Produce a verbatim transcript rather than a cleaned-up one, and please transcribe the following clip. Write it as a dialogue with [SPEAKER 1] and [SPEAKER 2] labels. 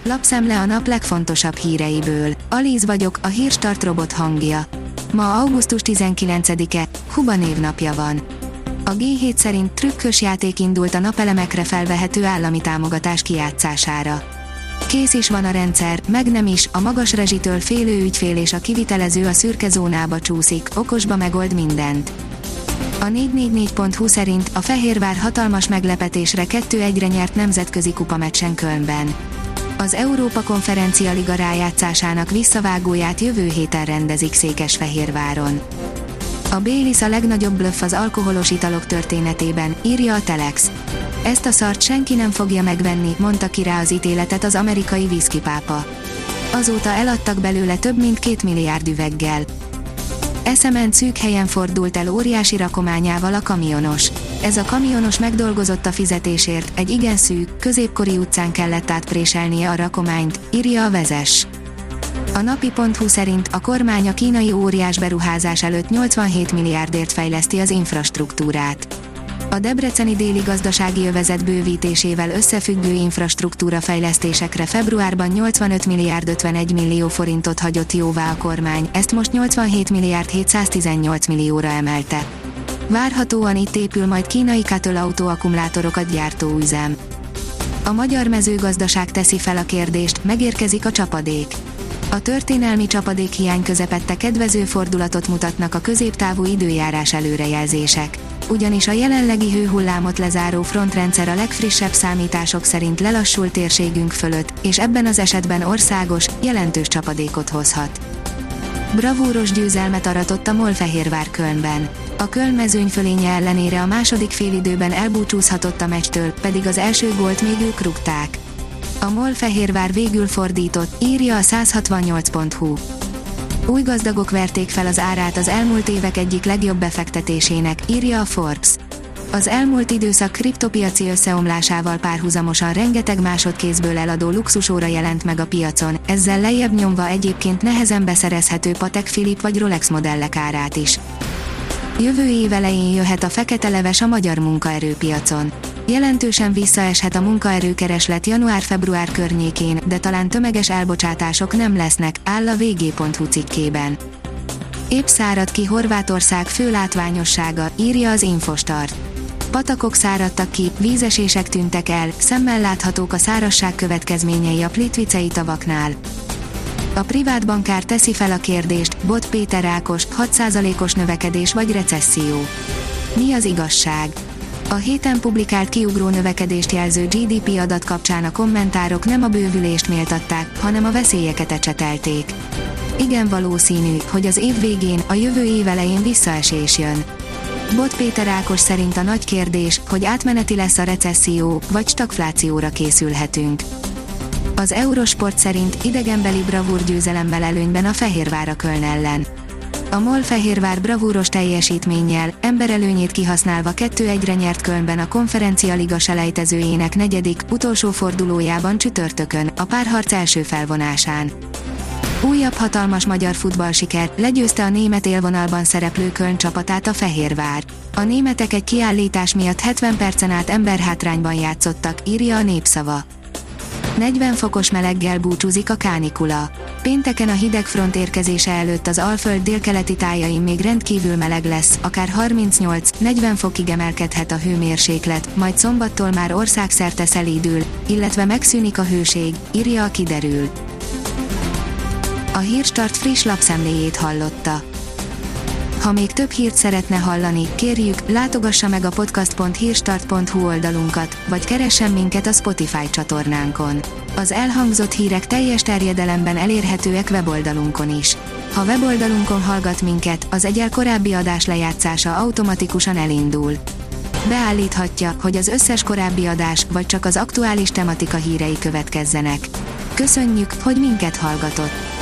[SPEAKER 1] Lapszemle a nap legfontosabb híreiből. Alíz vagyok, a Hírstart robot hangja. Ma augusztus tizenkilencedike, Huba névnapja van. A gé hét szerint trükkös játék indult a napelemekre felvehető állami támogatás kijátszására. Kész is van a rendszer, meg nem is, a magas rezsitől félő ügyfél és a kivitelező a szürke zónába csúszik, okosba megold mindent. A négy négy négy pont hu szerint a Fehérvár hatalmas meglepetésre kettő egyre nyert nemzetközi kupameccsen Kölnben. Az Európa Konferencia Liga rájátszásának visszavágóját jövő héten rendezik Székesfehérváron. A Baileys a legnagyobb blöff az alkoholos italok történetében, írja a Telex. Ezt a szart senki nem fogja megvenni, mondta ki rá az ítéletet az amerikai viszkipápa. Azóta eladtak belőle több mint két milliárd üveggel. Eszemen szűk helyen fordult el óriási rakományával a kamionos. Ez a kamionos megdolgozott a fizetésért, egy igen szűk, középkori utcán kellett átpréselnie a rakományt, írja a Vezess. A napi pont hu szerint a kormány a kínai óriás beruházás előtt nyolcvanhét milliárdért fejleszti az infrastruktúrát. A debreceni déli gazdasági övezet bővítésével összefüggő infrastruktúra fejlesztésekre februárban nyolcvanöt milliárd ötvenegy millió forintot hagyott jóvá a kormány, ezt most nyolcvanhét milliárd hétszáztizennyolc millióra emelte. Várhatóan itt épül majd kínai Cattle autóakkumulátorokat gyártó üzem. A magyar mezőgazdaság teszi fel a kérdést, megérkezik a csapadék. A történelmi csapadékhiány közepette kedvező fordulatot mutatnak a középtávú időjárás előrejelzések. Ugyanis a jelenlegi hőhullámot lezáró frontrendszer a legfrissebb számítások szerint lelassul térségünk fölött, és ebben az esetben országos, jelentős csapadékot hozhat. Bravúros győzelmet aratott a Molfehérvár Kölnben. A Köln mezőnyfölénye ellenére a második félidőben elbúcsúzhatott a meccstől, pedig az első gólt még ők rúgták. A Molfehérvár végül fordított, írja a száz hatvannyolc pont hu. Új gazdagok verték fel az árát az elmúlt évek egyik legjobb befektetésének, írja a Forbes. Az elmúlt időszak kriptopiaci összeomlásával párhuzamosan rengeteg másodkézből eladó luxusóra jelent meg a piacon, ezzel lejjebb nyomva egyébként nehezen beszerezhető Patek Philippe vagy Rolex modellek árát is. Jövő év elején jöhet a fekete leves a magyar munkaerőpiacon. Jelentősen visszaeshet a munkaerőkereslet január-február környékén, de talán tömeges elbocsátások nem lesznek, áll a vg pont hu cikkében. Épp szárad ki Horvátország fő látványossága, írja az Infostart. Patakok száradtak ki, vízesések tűntek el, szemmel láthatók a szárazság következményei a plitvicei tavaknál. A privát bankár teszi fel a kérdést, Bot Péter Ákos, hat százalékos növekedés vagy recesszió. Mi az igazság? A héten publikált kiugró növekedést jelző gé dé pé adat kapcsán a kommentárok nem a bővülést méltatták, hanem a veszélyeket ecsetelték. Igen valószínű, hogy az év végén, a jövő év elején visszaesés jön. Bot Péter Ákos szerint a nagy kérdés, hogy átmeneti lesz a recesszió, vagy stagflációra készülhetünk. Az Eurosport szerint idegenbeli bravúr győzelemmel előnyben a Fehérvár a Köln ellen. A MOL Fehérvár bravúros teljesítménnyel, emberelőnyét kihasználva kettő egyre nyert Kölnben a Konferencia Liga selejtezőjének negyedik, utolsó fordulójában csütörtökön, a párharc első felvonásán. Újabb hatalmas magyar futballsiker, legyőzte a német élvonalban szereplő Köln csapatát a Fehérvár. A németek egy kiállítás miatt hetven percen át emberhátrányban játszottak, írja a Népszava. negyven fokos meleggel búcsúzik a kánikula. Pénteken a hidegfront érkezése előtt az Alföld délkeleti tájain még rendkívül meleg lesz, akár harmincnyolc-negyven fokig emelkedhet a hőmérséklet, majd szombattól már országszerte szelídül, illetve megszűnik a hőség, írja a Kiderül. A Hírstart friss lapszemléjét hallotta. Ha még több hírt szeretne hallani, kérjük, látogassa meg a podcast pont hírstart pont hu oldalunkat, vagy keressen minket a Spotify csatornánkon. Az elhangzott hírek teljes terjedelemben elérhetőek weboldalunkon is. Ha weboldalunkon hallgat minket, az egyel korábbi adás lejátszása automatikusan elindul. Beállíthatja, hogy az összes korábbi adás, vagy csak az aktuális tematika hírei következzenek. Köszönjük, hogy minket hallgatott!